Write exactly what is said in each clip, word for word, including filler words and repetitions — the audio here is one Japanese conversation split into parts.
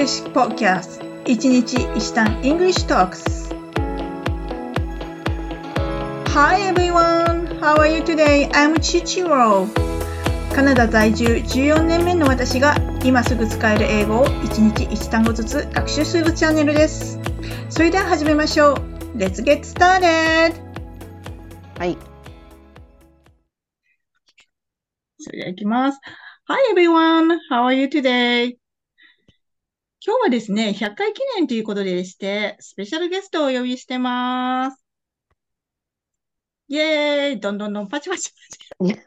English Podcast いちにちいち単 English Talks. Hi everyone, how are you today? I'm Chichiro. カナダ在住じゅうよねんめの私が今すぐ使える英語をいちにちいち単語ずつ学習するチャンネルです。それでは始めましょう。Let's get started! はい。 それでは行きます。Hi everyone, how are you today? 今日はですね、ひゃっかい記念ということでして、スペシャルゲストをお呼びしてます。イェーイどんどんどんパチパチパチ。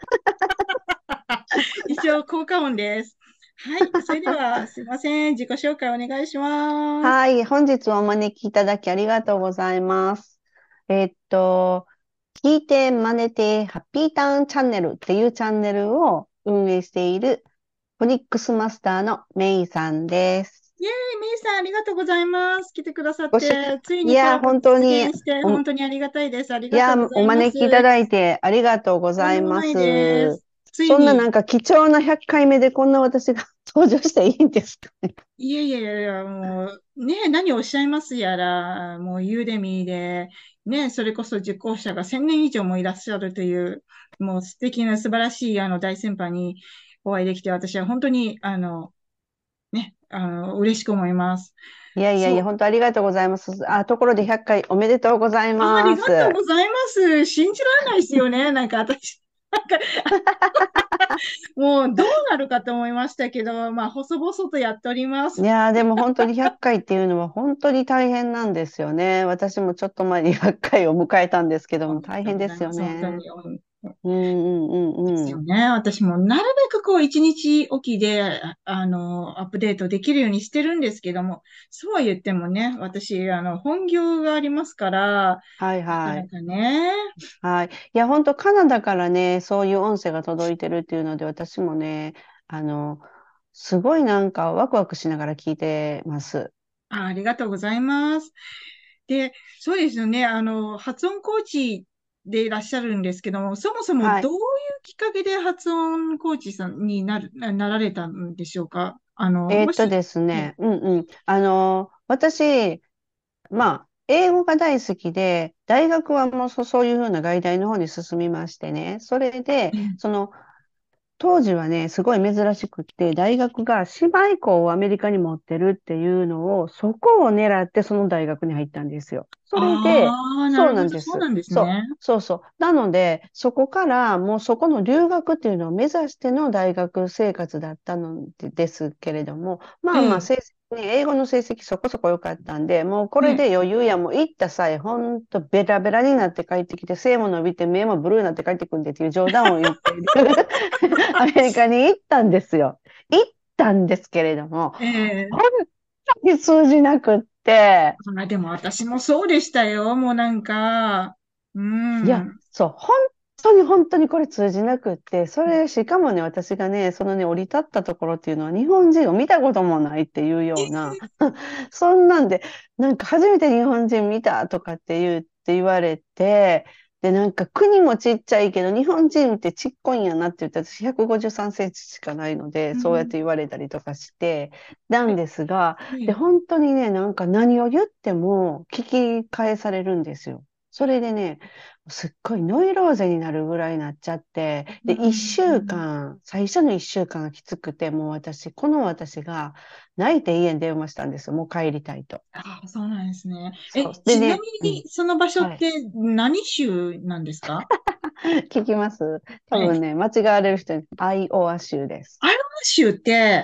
一応効果音です。はい。それでは、すいません。自己紹介お願いします。 はい。本日はお招きいただきありがとうございます。えーっと、聞いて真似てハッピーターンチャンネルっていうチャンネルを運営しているフォニックスマスターのメイさんです。 イェーイメイさん、ありがとうございます。来てくださっごし、 て、ついいや、 にコラボ本当に、 実現して、 お、 本当にありがたいです。ありいや、 がとうございます。 お招きいただいてありがとうごとんざいまでもないです。 す。ついそんななに、 んか貴重なひゃっかいめでこんな私が登場していいんですかね。 いやいやいやいや、もう、ね、何をおっしゃいますやら、もうユーデミーで、ね、それこそ受講者がせんねん以上もいらっしゃるという、もう素敵な素晴らしいあの大先輩にお会いできて、私は本当に、あの、ね、あの、嬉しく思います。 いやいやいや、 そう。 本当ありがとうございます。あ、ところでひゃっかいおめでとうございあ、ありがとうます。 ございます。信じられないですよね。なんか私、なんか、もうどうなるかと思いましたけど、まあ、細々とやっております。 いやー、でも本当にひゃっかいっていうのは本当に大変なんですよね。私もちょっと前にひゃっかいを迎えたんですけども、 ありがとう大変ですございます。本当よね。 に。うんうんうんうんうん。 ですよね。私もなるべくこう一日おきで、ああの、アップデートできるようにしてるんですけども、そうは言ってもね、私、あの、本業がありますから、 はいなかはい。 なかね、 はい。いや、本当カナダからね、そういう音声が届いてるっていうので、私もね、あの、すごいなんかワクワクしながら聞いてます。 あ、ありがとうございます。で、そうですよね。あの、発音コーチでいらっしゃるんですけども、そもそもはい。 どういうきっかけで発音コーチさんになる、ななられたんでしょうか？あの、もし、 えーっとですはい。 ね、うんうん。あの、私、まあ、英語が大好きで、大学はもうそ、そういうふうな外大の方に進みましてね。それで、その、当時はね、すごい珍しくって、大学が姉妹校をアメリカに持ってるっていうのを、そこを狙ってその大学に入ったんですよ。それで、 ああ、なそうるほど、 なんです。 そうなんですそう、 ね。 そうそう。なので、そこからもうそこの留学っていうのを目指しての大学生活だったのでですけれども、まあまあ、 ええ、 成績ね、英語の成績そこそこ良かったんで、もうこええ。 れで余裕や、もう行った際、ほんとベラベラになって帰ってきて、背も伸びて目もブルーになって帰ってくるんでっていう冗談を言っているアメリカに行ったんですよ。行ったんですけれども、 ええ。 本当に通じなくって、 あ、でも私もそうでしたよ。もうなんか、ういや、 ん。 そう、本当に本当にこれ通じなくって、それ、しかもね、私がね、そのね、降り立ったところっていうのは日本人を見たこともないっていうような、そんなんで、なんか初めて日本人見たとかって言うって言われて、で、なんか国もちっちゃいけど、日本人ってちっこいんやなって言って、私ひゃくごじゅうさんセンチしかないので、そうやってうん。 言われたりとかして、なんえ、 ですが、で、 ええ。 本当にね、なんか何を言っても聞き返されるんですよ。それでね、すっごいノイローゼになるぐらいになっちゃって、で、 う一週ん。 間、最初の一週間がきつくて、もう私、この私が泣いて家に電話したんですよ。もう帰りたいと。 ああ、そうなんですね。え、 そう。でちなみね、うん。 にその場所っはい。 て何州なんですか？ 聞きます多ええ。 分ね、間違われる人に、アイオワ州です。 アイオワ州って、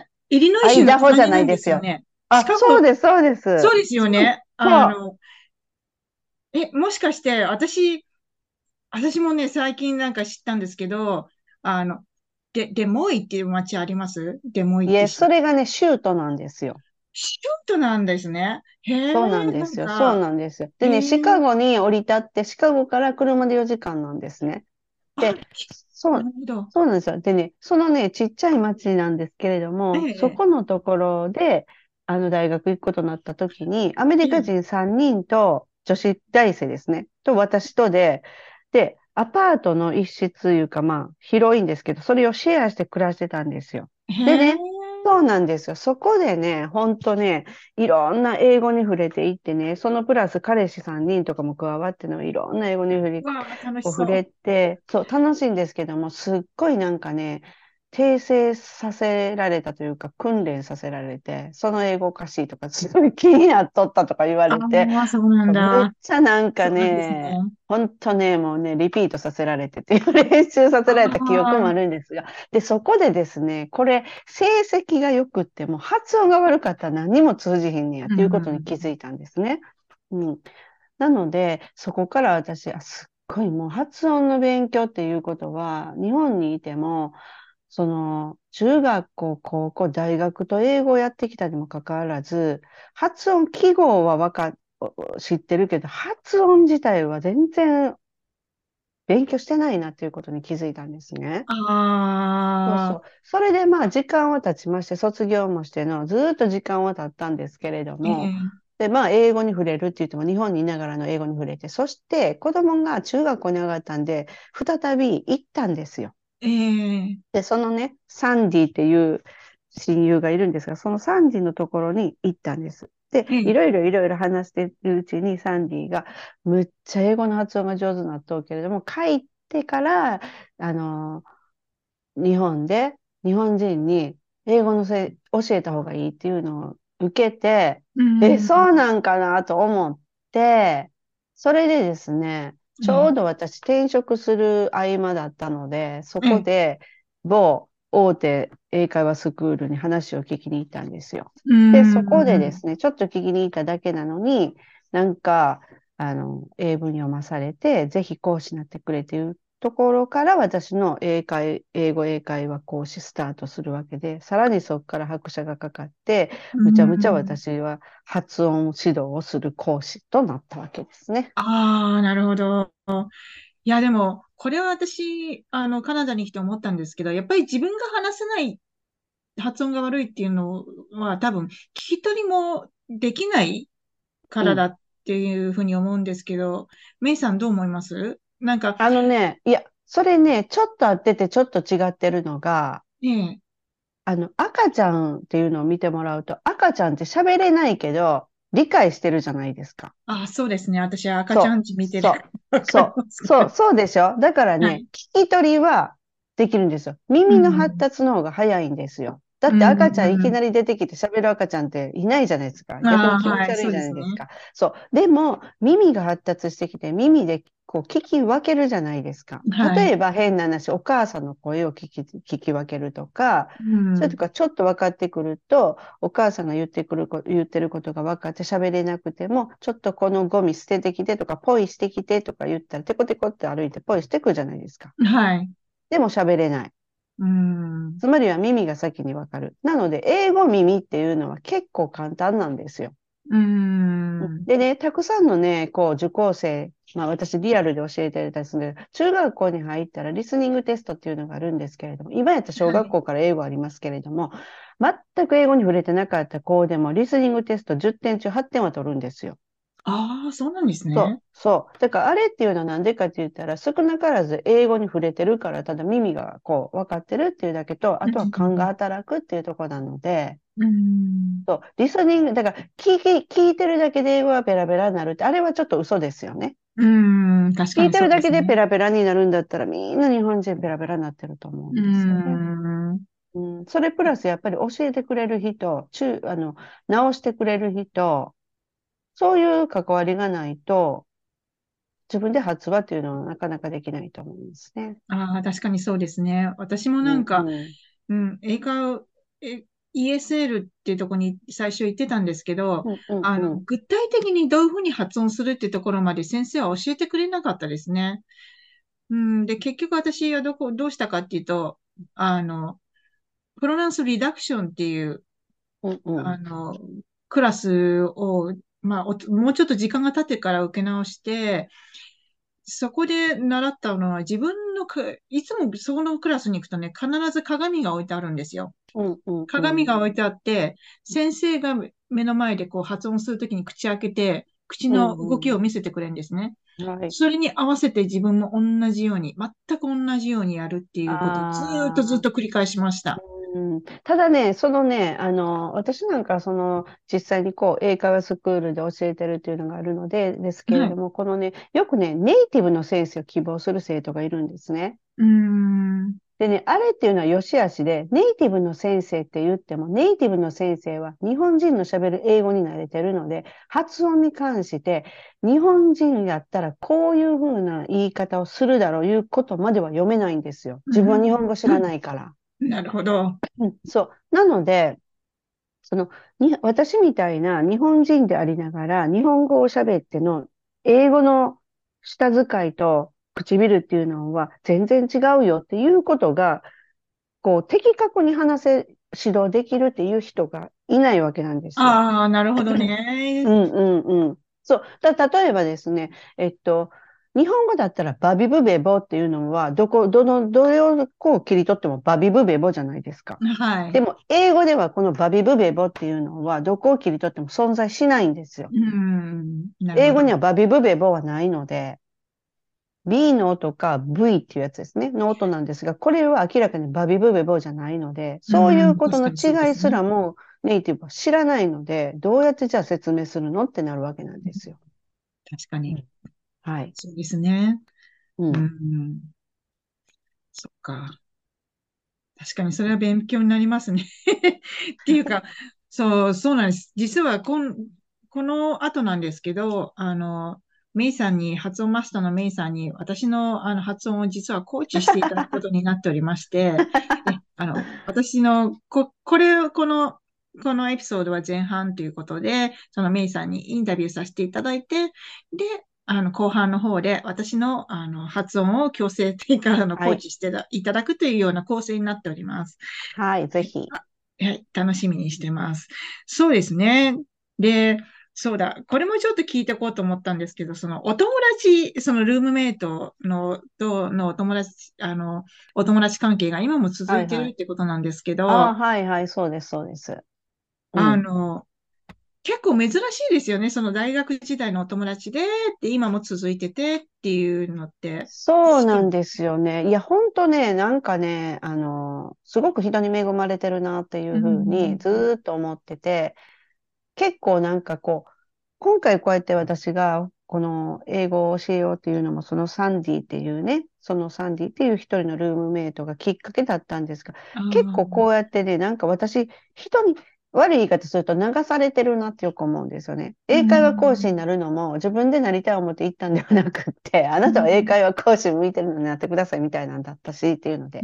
イリノイアイ州のダホじゃな隣なんでいですよ。 すよね。シあ、 カゴ、 そうです、そうです。 そうですよそう、 ね。あそう。 の、え、もしかして、私、私もね、最近なんか知ったんですけど、あの、デ、デモイっていう街ありますデモイっいえ、 て州。 それがね、州都なんですよ。 シュートなんですね。へそうなんえ、なですよ。そうんか、 なんですよ。でね、シへえ、 カゴに降り立って、シカゴから車でよじかんなんですね。 あ、 で、そう、 なるほど。 そうなんですよ。でね、そのね、ちっちゃい町なんですけれども、そええ、 このところで、あの大学行くことになった時に、アメリカええ、 人さんにんと女子大生ですね、と私とで、で、アパートの一室いうか、まあ、広いんですけど、それをシェアして暮らしてたんですよ。 へえ、 でね、 そうなんですよ。そこでね、ほんとね、いろんな英語に触れていってね、そのプラス彼氏さんにんとかも加わっての、いろんな英語に触れ、 わあ、楽しこう触れそて、そう、楽しいんですけども、すっごいなんかね、訂正させられたというか、訓練させられて、その英語おかしいとか、すごい気になっとったとか言わう。あれて、 あ、そうなんめっだ。 ちゃなんかそうなんですね。 ね、ほんとね、もうね、リピートさせられてて、練習させられた記憶もあああ、 るんですが、で、そこでですね、これ、成績が良くっても発音が悪かったら何にも通じひんねやっうていうことに気づん。 いたんですね。うん。なので、そこから私、あ、すっごいもう発音の勉強っていうことは、日本にいても、その、中学校、高校、大学と英語をやってきたにもかかわらず、発音記号はわか、知ってるけど、発音自体は全然勉強してないなっていうことに気づいたんですね。そうああ、 そう。それでまあ時間は経ちまして、卒業もしての、ずーっと時間は経ったんですけれども、 ええで、まあ英語に触れるって言っても日本にいながらの英語に触れて、そして子供が中学校に上がったんで、再び行ったんですよ。 ええで、そのね、サンディっていう親友がいるんですが、そのサンディのところに行ったんです。で、 ええいろいろいろいろ話してるうちに、サンディが、むっちゃ英語の発音が上手になっとうけれども、帰ってから、あの、日本で、日本人に英語のせ、教えた方がいいっていうのを受けて、 うえ、 ん。 そうなんかなと思って、それでですね、ちょうええど私転職する合間だったので、そええこで某大手英会話スクールに話を聞きに行ったんですよ。 うで、そこででん。 すね、ちょっと聞きに行っただけなのに、なんか、あの、英文読まされて、ぜひ講師になってくれっていうところから私の英会、英語英会話講師スタートするわけで、さらにそこから拍車がかかって、 うむちゃむちゃん。 私は発音指導をする講師となったわけですね。 ああ、なるほど。いや、でも、これは私、あの、カナダに来て思ったんですけど、やっぱり自分が話せない発音が悪いっていうのは多分、聞き取りもできないかうん。 らだっていうふうに思うんですけど、メイさんどう思いますなんか、 あのね、いや、それね、ちょっと合っててちょっと違ってるのが、 ねえ、 あの、赤ちゃんっていうのを見てもらうと、赤ちゃんって喋れないけど、理解してるじゃないですか。 あ、そうですね。私は赤ちゃんそう、 ち見てるからそう、 わかりそう、 ます。 そう、そうでしょ。だからね、 はい。 聞き取りはできるんですよ。 う耳の発ん。 達の方が早いんですよ。だうって赤ちゃんいきん。 なり出てきて喋る赤ちゃんっていないじゃないですか。逆にああ、 気持はい、 ち悪いじゃなそうですね。 いですか。そう。でも、耳が発達してきて、耳でこう聞き分けるじゃないですか。 はい。 例えば変な話、お母さんの声を聞き、聞き分けるとか、 うん。 それとかちょっと分かってくると、お母さんが言ってくるこ、言ってることが分かって喋れなくても、ちょっとこのゴミ捨ててきてとか、ポイしてきてとか言ったら、テコテコって歩いてポイしてくるじゃないですか。 はい。 でも喋れない。 うん。 つまりは耳が先に分かる。なので、英語耳っていうのは結構簡単なんですよ。 うん。 でね、たくさんのね、こう、受講生、まあ私リアルで教えてたりするんで、中学校に入ったらリスニングテストっていうのがあるんですけれども、今やったら小はい。 学校から英語ありますけれども、全く英語に触れてなかった子でも、リスニングテストじゅってん中はってんは取るんですよ。 ああ、そうなんですね。 そう、そう。だからあれっていうのはなんでかって言ったら、少なからず英語に触れてるから、ただ耳がこう分かってるっていうだけと、あうとは勘がん。 働くっていうところなので、 うん。 そう、リスニング、だから聞き、聞いてるだけで英語がペラペラになるって、あれはちょっと嘘ですよね。 うん。確かに聞いてるだそうですね。 けでペラペラになるんだったら、みんな日本人ペラペラになってると思ううんですよね。 ん。 うん、それプラスやっぱり教えてくれる人、中、あの、直してくれる人、そういう関わりがないと、自分で発話っていうのはなかなかできないと思いますね。 ああ、確かにそうですね。私もうん、 なんか、 うん、 うん、英会話、え イーエスエル っていうところに最初行ってたんですけど、 うん、うん、 あの、 うん。 具体的にどういうふうに発音するっていうところまで先生は教えてくれなかったですね。うん、で、結局私はどこ、どうしたかっていうと、あの、プロナンスリダクションっていう、 うん、うん。 あの、クラスを、まあ、おもうちょっと時間が経ってから受け直して、そこで習ったのは自分のく、いつもそこのクラスに行くとね、必ず鏡が置いてあるんですよ。 うん、うん、うん。 鏡が置いてあって、先生が目の前でこう発音するときに口開けて、口うの動きをん、 見せてくれるんですね。 うん。はい。 それに合わせて自分も同じように、全く同じようにやるっていうことをずーっとずっああ。 と繰り返しました。 うん、ただね、そのね、あの、私なんかその、実際にこう、英会話スクールで教えてるっていうのがあるので、ですけはい。 れども、このね、よくね、ネイティブの先生を希望する生徒がいるんですね。 うーん。 でね、あれっていうのは良し悪しで、ネイティブの先生って言っても、ネイティブの先生は日本人の喋る英語に慣れてるので、発音に関して、日本人やったらこういうふうな言い方をするだろういうことまでは読めないんですよ。自分は日うん。 本語知らないから。 なるほど。 うん、そう。なので、その、に、私みたいな日本人でありながら、日本語を喋っての、英語の舌遣いと唇っていうのは全然違うよっていうことが、こう、的確に話せ、指導できるっていう人がいないわけなんですよ。 ああ、なるほどね。 うんうんうん。そう。だ、例えばですね、えっと、日本語だったらバビブベボっていうのは、どこ、どの、どれをこう切り取ってもバビブベボじゃないですか。 はい。 でも、英語ではこのバビブベボっていうのは、どこを切り取っても存在しないんですよ。 うん。なるほど。 英語にはバビブベボはないので、B の音か V っていうやつですね、の音なんですが、これは明らかにバビブベボじゃないので、そういうん。 うことの確かにそうで違いすね。 すらもネイティブは知らないので、どうやってじゃあ説明するのってなるわけなんですよ。 確かに。 うん、はい。 そうですね。ううん。 ん。そっか。確かにそれは勉強になりますね。っていうか、そう、そうなんです。実はこん、この後なんですけど、あの、メイさんに、発音マスターのメイさんに、私のあの発音を実はコーチしていただくことになっておりまして、え、あの、私の、こ、これ、この、このエピソードは前半ということで、そのメイさんにインタビューさせていただいて、で、あの、後半の方で私の、あの、発音を矯正というか、あの、コーはい。 チしていただくというような構成になっております。 はい。ぜひ。 はい、楽しみにしてます。そうですね。で、そうだ。これもちょっと聞いておこうと思ったんですけど、そのお友達、そのルームメイトの、とのお友達、あの、お友達関係が今も続いてるはいはい。 ってことなんですけああ、 ど、 はいはい。そうです、そうです。うあん。 の、結構珍しいですよね。その大学時代のお友達で、で、今も続いててっていうのって。 そうなんですよね。いや、ほんとね、なんかね、あの、すごく人に恵まれてるなっていううふうにずん。 ーっと思ってて、結構なんかこう、今回こうやって私がこの英語を教えようっていうのも、そのサンディっていうね、そのサンディっていう一人のルームメイトがきっかけだったんですが、 あ結構こうやってね、なんか私、人に悪い言い方すると流されてるなってよく思うんですよね。 う英会話講師にん。 なるのも自分でなりたい思って行ったんではなくって、あなたは英うん。 会話講師向いてるのになってくださいみたいなんだったしっていうので。 うん。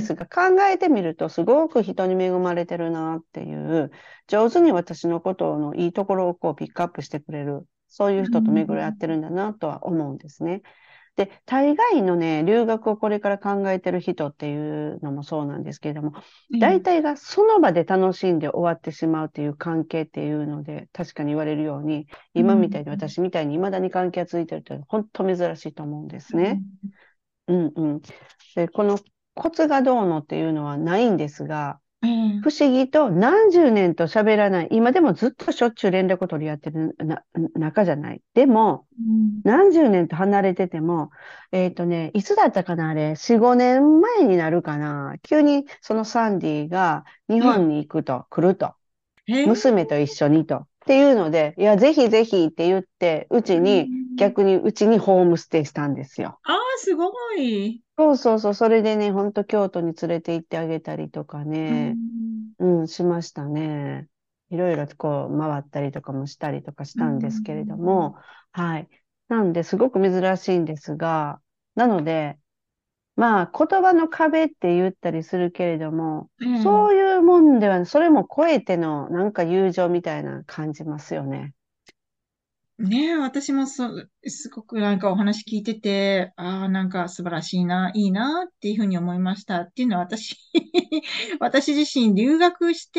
なんですが、考えてみるとすごく人に恵まれてるなっていう、上手に私のことのいいところをこうピックアップしてくれる、そういうう人と巡り合ってん。 るんだなとは思うんですね。で、大概のね、留学をこれから考えてる人っていうのもそうなんですけれども、 ええ。 大体がその場で楽しんで終わってしまうっていう関係っていうので、確かに言われるように、 うん。 今みたいに私みたいに未だに関係が続いてるって本当珍しいと思うんですね。 うん。 うんうん。で、このコツがどうのっていうのはないんですが、 ええ。 不思議と何十年と喋らない、今でもずっとしょっちゅう連絡取り合ってるな仲じゃない。でも、 うん。 何十年と離れてても、えっとね、いつだったかな、あれ、よん、ごねんまえになるかな。急にそのサンディが日ええ。 本に行くと、来ると。 へえ。 娘と一緒にと。っていうので、いや、ぜひぜひって言って、ううちに、 ん。 逆にうちにホームステイしたんですよ。 ああ、すごい。 そうそうそう、それでね、ほんと京都に連れて行ってあげたりとかうね、 ん。 うん、しましたね。いろいろこう回ったりとかもしたりとかしうたんですけれどん。 も、はい。なんで、すごく珍しいんですが、なので、まあ、言葉の壁って言ったりするけれども、 ええ。 そういうもんでは、それも超えての、なんか友情みたいな感じますよね。 ねえ、私もそう、すごくなんかお話聞いてて、ああ、なんか素晴らしいな、いいなっていうふうに思いました。っていうのは私、私自身留学して、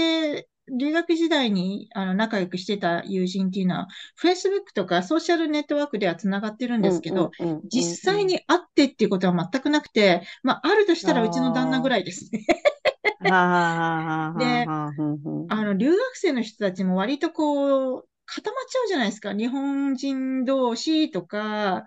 留学時代にあの仲良くしてた友人っていうのは、Facebook とかソーシャルネットワークではつながってるんうんですけど、 うんうんうん実際うん。 に会ってっていうことは全くなくて、まあ、あるとしたらうちの旦那ぐあらいですね。 あ、はあはあはあはあで、 はあ、ふんふん。 あの、留学生の人たちも割とこう、固まっちゃうじゃないですか。日本人同士とか、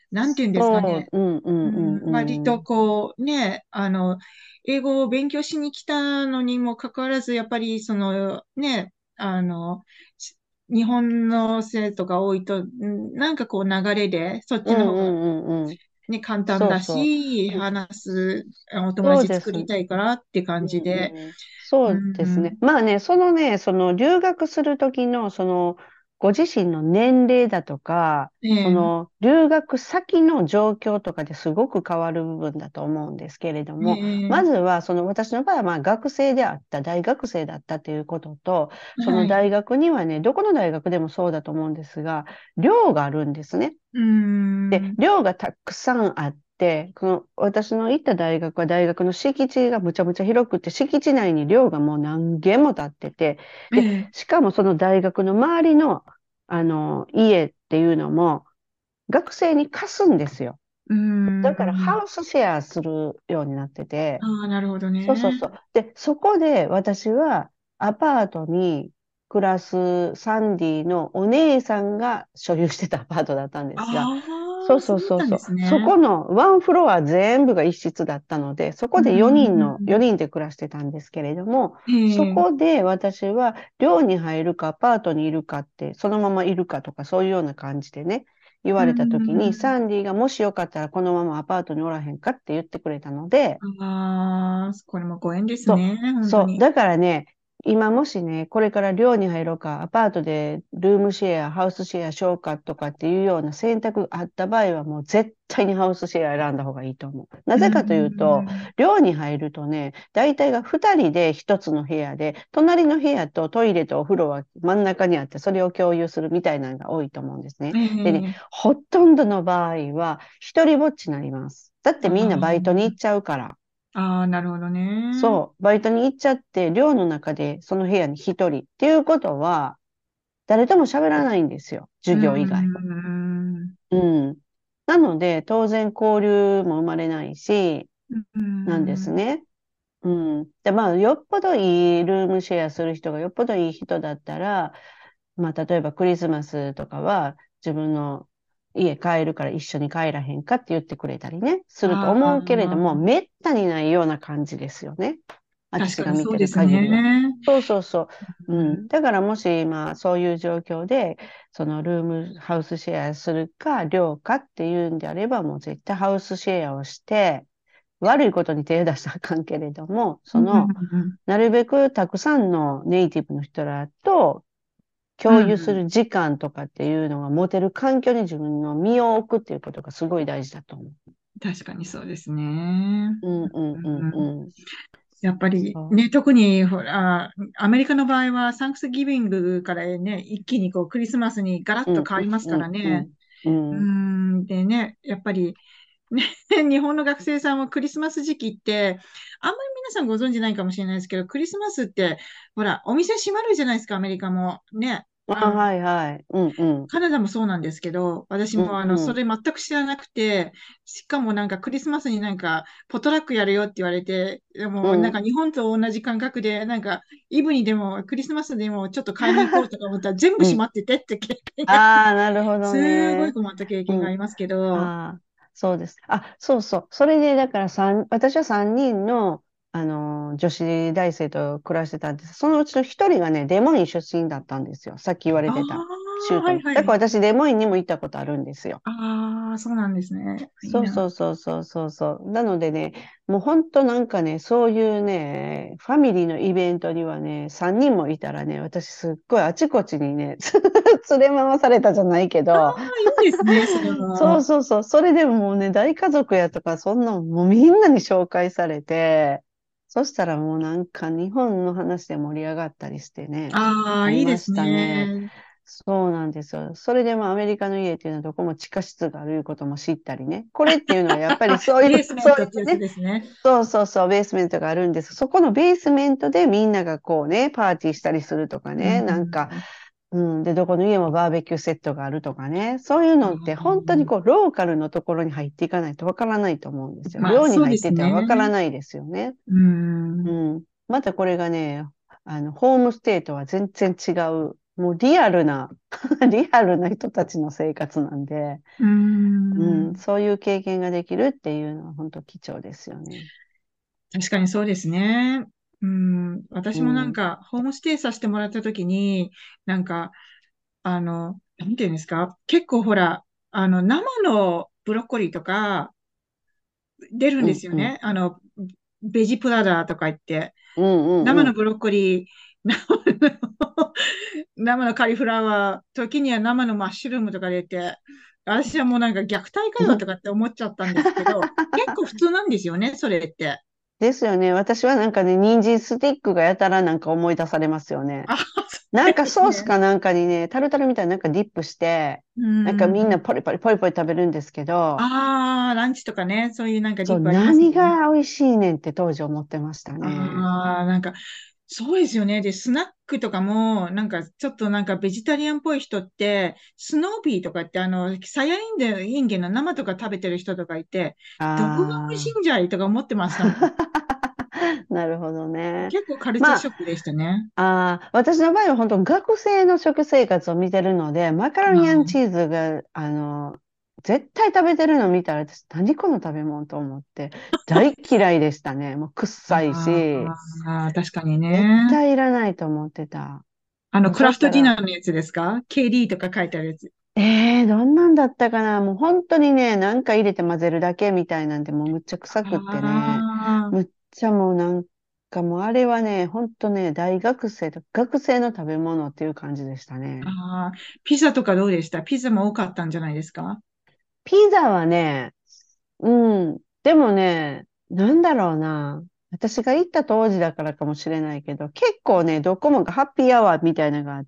なんていうんですかね。 そう、うんうんううんん、割とうん。 こう、ね、あの、英語を勉強しに来たのにもかかわらず、やっぱりその、ね、あの、し日本の生徒が多いと、んなんかこう流れで、そっうんちの方がうんうんうん。 ね、簡単だそうそし、 う。うん、 話す、あお友そうですね。 達作りたいからってう感じで、 んうん、そううですね。 ん、 まあね、そのね、その留学するときの、その、ご自身の年齢だとか、そえの、留学先の状況とかですごく変わる部分だと思うんですけれどえ、 も、まずえは、その、私の場合は、まあ、学生であった、大学生だったということと、 え、 そのはい、 大学にはね、どこの大学でもそうだと思うんですが、寮があるんですね。 うで、 ん、 寮がたくさんあって、この私の行った大学は大学の敷地がむちゃむちゃ広くて、敷地内に寮がもう何軒も建ってて、で、 ええ、 しかもその大学の周りの、あの、家っていうのも学生に貸すんですよ。 うん、 だからハウスシェアするようになってて、 ああ、なるほどね。 そうそうそう。で、そこで私はアパートに暮らすサンディのお姉さんが所有してたアパートだったんですが、 あそうあ、そうだったんでそうそうそう。 すね。 そこのワンフロア全部が一室だったので、そうこでよにんの、 ん、 よにんで暮らしてたんですけれども、 えそえ、 こで私は寮に入るかアパートにいるかって、そのままいるかとかそういうような感じでね、言うわれた時に、 ん、 サンディがもしよかったらこのままアパートにおらへんかって言ってくれたので、 ああ、これもご縁ですそう、 ね、本当そう。 に。 だからね、今もしね、これから寮に入ろうか、アパートでルームシェア、ハウスシェアしようかとかっていうような選択があった場合は、もう絶対にハウスシェア選んだ方がいいと思う。なうぜかというと、 ん、 寮に入るとね、大体がふたりでひとつの部屋で、隣の部屋とトイレとお風呂は真ん中にあって、それを共有するみたいなのが多いと思うんですね。 えでね、 え、 ほとんどの場合は、一人ぼっちになります。だってあみんなバイトに行っーちゃうから。 あー、なるほどね。 そう、バイトに行っちゃって、寮の中でその部屋に一人っていうことは、誰とも喋らないんですよ。 う授業以外。 ん、 うん。なので、当然交流も生まれないし、 うなんですん、 ね。うん。で、まあ、よっぽどいいルームシェアする人がよっぽどいい人だったら、まあ、例えばクリスマスとかは自分の家帰るから一緒に帰らへんかって言ってくれたりね、するとあ思うけれども、 あ、 めったにないような感じですよね。 確か私が見てるにそうです限りは。 ね。 そうそうそう。ううん、 ん。だからもし今そういう状況で、そのルームハウスシェアするか、寮かっていうんであれば、もう絶対ハウスシェアをして、悪いことに手を出したらあかんけれども、 うん、 その、 うん、 なるべくたくさんのネイティブの人らと共有すうん、 る時間とかっていうのが持てる環境に自分の身を置くっていうことがすごい大事だと思う。 確かにそうですね。 うんうんうんうん、 うん。 やっぱりそね、特にほら、アメリカの場合はサンクスギビングからね、一気にこうクリスマスにガラッう。うとんう変わりますからね。 んうんうん。 ううん。 ん、でね、やっぱりね、日本の学生さんはクリスマス時期って、あんまり皆さんご存知ないかもしれないですけど、クリスマスって、ほら、お店閉まるじゃないですか、アメリカも。ね。ああ、 の、 はいはい。うんうん。 カナダもそうなんですけど、私うもあの、そんうん。 れ全く知らなくて、しかもなんかクリスマスになんか、ポトラックやるよって言われて、でもなんかうん。 日本と同じ感覚で、なんか、イブにでも、クリスマスでもちょっと買いに行こうとか思ったら全部うん。 閉まっててって経験が、 ああ、なるほどすごいね。 困った経うん。 験がありますけど、 ああ、そうです。あ、そうそう。それで、だから三、私はさんにんの、あの、女子大生と暮らしてたんです。そのうちのひとりがね、デモイン出身だったんですよ。さっき言われあてた、 あ、 州都の。 はいはい。 だから私、デモインにも行ったことあるんですよ。 ああ、そうなんですね。いいな。 そうそうそうそうそうそう。なのでね、もう本当なんかね、そういうね、ファミリーのイベントにはね、さんにんもいたらね、私すっごいあちこちにね、連れ回されたじゃないけああ、 ど、 いいですね、それも。 そうそうそう。それでももうね、大家族やとか、そんなのもうみんなに紹介されて、そしたらもうなんか日本の話で盛り上がったりしてね、 ああ、いいですありましたね。 ね。 そうなんですよ。それでもアメリカの家っていうのはどこも地下室があることも知ったりね。これっていうのはやっぱりそういう、 ベースメそうントってやついうね、 ですね。 そうそうそう、ベースメントがあるんです。そこのベースメントでみんながこうね、パーティーしたりするとかうね、なんか、 ん。 うん。で、どこの家もバーベキューセットがあるとかね。そういうあのって本当にーこう、ローカルのところに入っていかないとわからないと思うんですよ。 まあ、 寮にそうです入っててはわからね。 ないですよね。 うん。 うん。またこれがね、あの、ホームステイとは全然違うもうリアルな、リアルな人たちの生活なんで、 うーうん、 ん。 そういう経験ができるっていうのは本当貴重ですよね。 確かにそうですね。うん。私もなんうん、 か、ホームステイさせてもらった時に、なんか、あの、なんていうんですか、結構ほら、あの、生のブロッコリーとか出るんうん、うん、 ですよね。あの、ベジプラダーとか言って、 うん、うん、うん。 生のブロッコリー、生の生のカリフラワー、時には生のマッシュルームとか出て、私はもうなんか虐待かよとかって思っちゃったんですけど、結構普通なんですよね、それって。 ですよね。私はなんかね、人参スティックがやたらなんか思い出されますよね。 あ、そなんかうですね。 ソースかなんかにね、タルタルみたいななんかディップして、 うなんかみんなん。 ポリポリポリポリ食べるんですけど、 ああ、ランチとかね、そういうなんかデそう、 ィップあります何もんね。 が美味しいねんって当時思ってましたね。 ああ、なんか、そうですよね。で、スナックとかも、なんか、ちょっとなんかベジタリアンっぽい人って、スノーピーとかって、あの、サヤインゲンインゲンの生とか食べてる人とかいて、どこが美味しあいんじゃいとか思ってましたもん。 あ、なるほどね。 結構カルチャーまあ、 ショックでしたね。 ああ、私の場合は本当学生の食生活を見てるので、マカロニアンチあーズが、あの、絶対食べてるの見たら、私、何この食べ物と思って、大嫌いでしたね。もう臭いあ、 し、 ああ、確かに絶ね。 対いらないと思ってた。 あの、 もうクラフトそしたら、 ディナーのやつですか？ ケーディー とか書いてあるやつ。 えー、どんなんだったかな。もう本当にね、なんか入れて混ぜるだけみたいなんで、もうむっちゃ臭くってね。 あむっちゃもうなんかもうあれはね、本当ね、大学生と学生の食べ物っていう感じでしたあ、 ね。 ああ、ピザとかどうでした？ピザも多かったんじゃないですか？ ピザはね、うん。でもね、なんだろうな。私が行った当時だからかもしれないけど、結構ね、ドコモがハッピーアワーみたいなのがあって、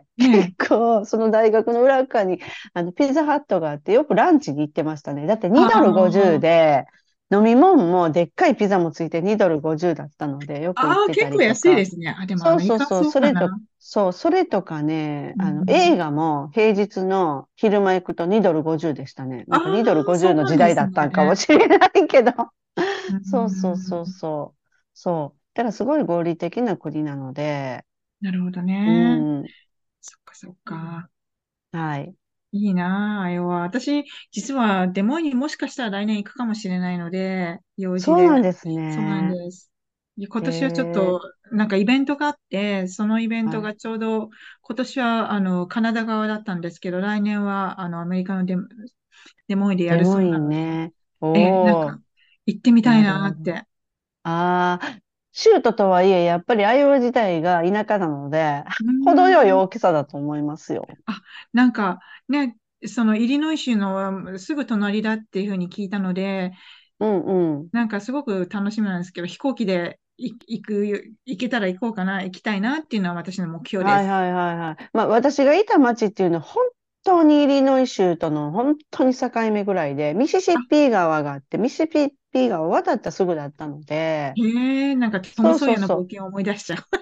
結ね構その大学の裏側にあのピザハットがあって、よくランチに行ってましたね。だってえ。 にドルごじゅうあで、飲み物もでっかいピザもついてにドルごじゅうだったので、よあ、 く行っああ、 てたり結構とか。 安いですね。あ、でもアそうメリカはそうそう、それと、 そうかな。 そう、それとかね、 うあの、映ん、 画も平日の昼間行くとにドルごじゅうでしたね。 あなんかにドルあ、そごじゅうの時うなんです代だったんかもね。 しれないけど。 うそうそうそうん、 そう。そう。だからすごい合理的な国なので、 なるほどうね。 ん、 そっかそっか。 はい。 いいなあ、あれは。私、実はデモにもしかしたら来年行くかもしれないので、用事で。 そうなんですそうなんね。 です。で今え年はちょっー、 と、なんかイベントがあって、そのイベントはい。 がちょうど、今年は、あの、カナダ側だったんですけど、来年は、あの、アメリカのデモ、デモイでやるデモイそうなので、 ンね。 ええ、なんか、 おー、 行ってみたいなるほど。 なって。 ああ、州都とはいえ、やっぱりアイオワ自体が田舎なので、 う程よいーん。 大きさだと思いますよ。 あ、なんか、ね、そのイリノイ州のすぐ隣だっていうふうに聞いたので、 うんうん。 なんかすごく楽しみなんですけど、飛行機でい行く、行けたら行こうかな、行きたいなっていうのは私の目標です。 はいはいはいはい。まあ私がいた町っていうのは本当にイリノイ州との本当に境目ぐらいで、ミシシッあ、 ピ川があって、ミシシッピ川を渡ったらすぐだったので、 へえ、なんかトム・そうソーヤのそうそう。 冒険を思い出しちゃう。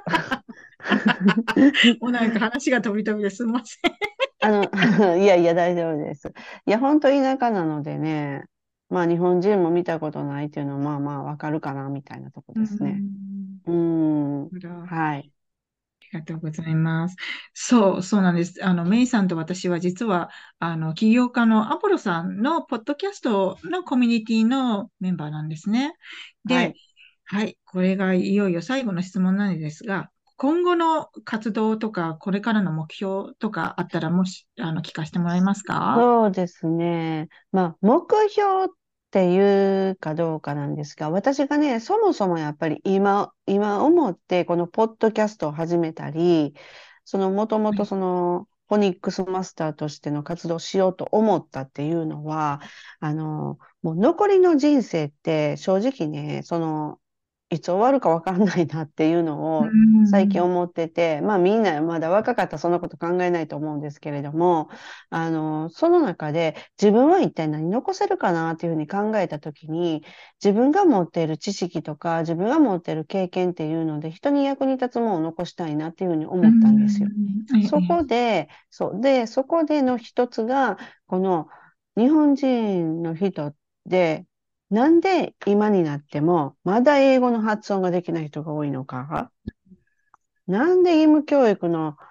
もうなんか話が飛び飛びですみません。 あの、いやいや大丈夫です。いや本当田舎なのでね、まあ日本人も見たことないっていうのはまあまあわかるかなみたいなとこうですね。 ん。 うーん。 なるほど。あはい。 りがとうございます。そう、そうなんです。あの、メイさんと私は実は、あの、起業家のアポロさんのポッドキャストのコミュニティのメンバーなんですね。で、 はい。 はい、これがいよいよ最後の質問なんですが、今後の活動とか、これからの目標とかあったら、もし、あの、聞かせてもらえますか？ そうですね。まあ、目標っていうかどうかなんですが、私がね、そもそもやっぱり今、今思ってこのポッドキャストを始めたり、そのもともとはい。 そのフォニックスマスターとしての活動をしようと思ったっていうのは、あの、もう残りの人生って正直ね、その、いつ終わるかわかんないなっていうのうを最近ん。 思ってて、まあみんなまだ若かったらそんなこと考えないと思うんですけれども、あの、その中で自分は一体何残せるかなっていうふうに考えたときに、自分が持っている知識とか、自分が持っている経験っていうので、人に役に立つものを残したいなっていうふうにう思ったんですよ。 ん。えそこえ。 で、そう。で、そこでの一つが、この日本人の人で、なんで今になっても、まだ英語の発音ができない人が多いのか。なんで義務教育の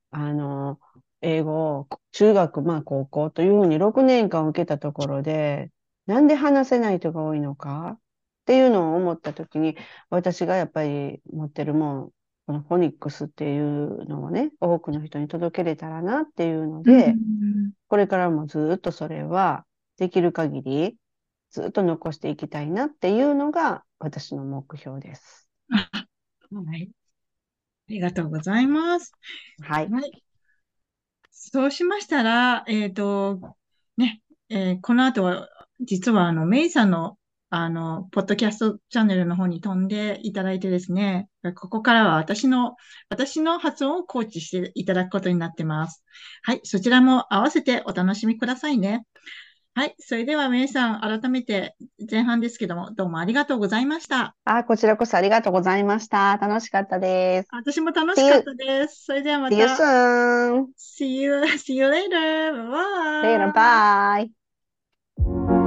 あの、英語を中学、まあ高校というふうにろくねんかん受けたところで、なんで話せない人が多いのかっていうのを思ったときに、私がやっぱり持ってるもん、このフォニックスっていうのをね、多くの人に届けれたらなっていうのうで、 ん。 これからもずっとそれはできる限りずっと残していきたいなっていうのが私の目標です。 あ、はい。ありがとうございます。 はい。 はい。そうしましたら、えっと、ね、えーこの後は、実はあの、メイさんの、あの、ポッドキャストチャンネルの方に飛んでいただいてですね、ここからは私の、私の発音をコーチしていただくことになってます。はい、そちらも合わせてお楽しみくださいね。はい、それではメイさん、改めて前半ですけども、どうもありがとうございました。 あ、こちらこそありがとうございました。楽しかったです。 私も楽し See かっ you, たです。それではま see you た、 soon. See you, see you later. Later, Bye. bye.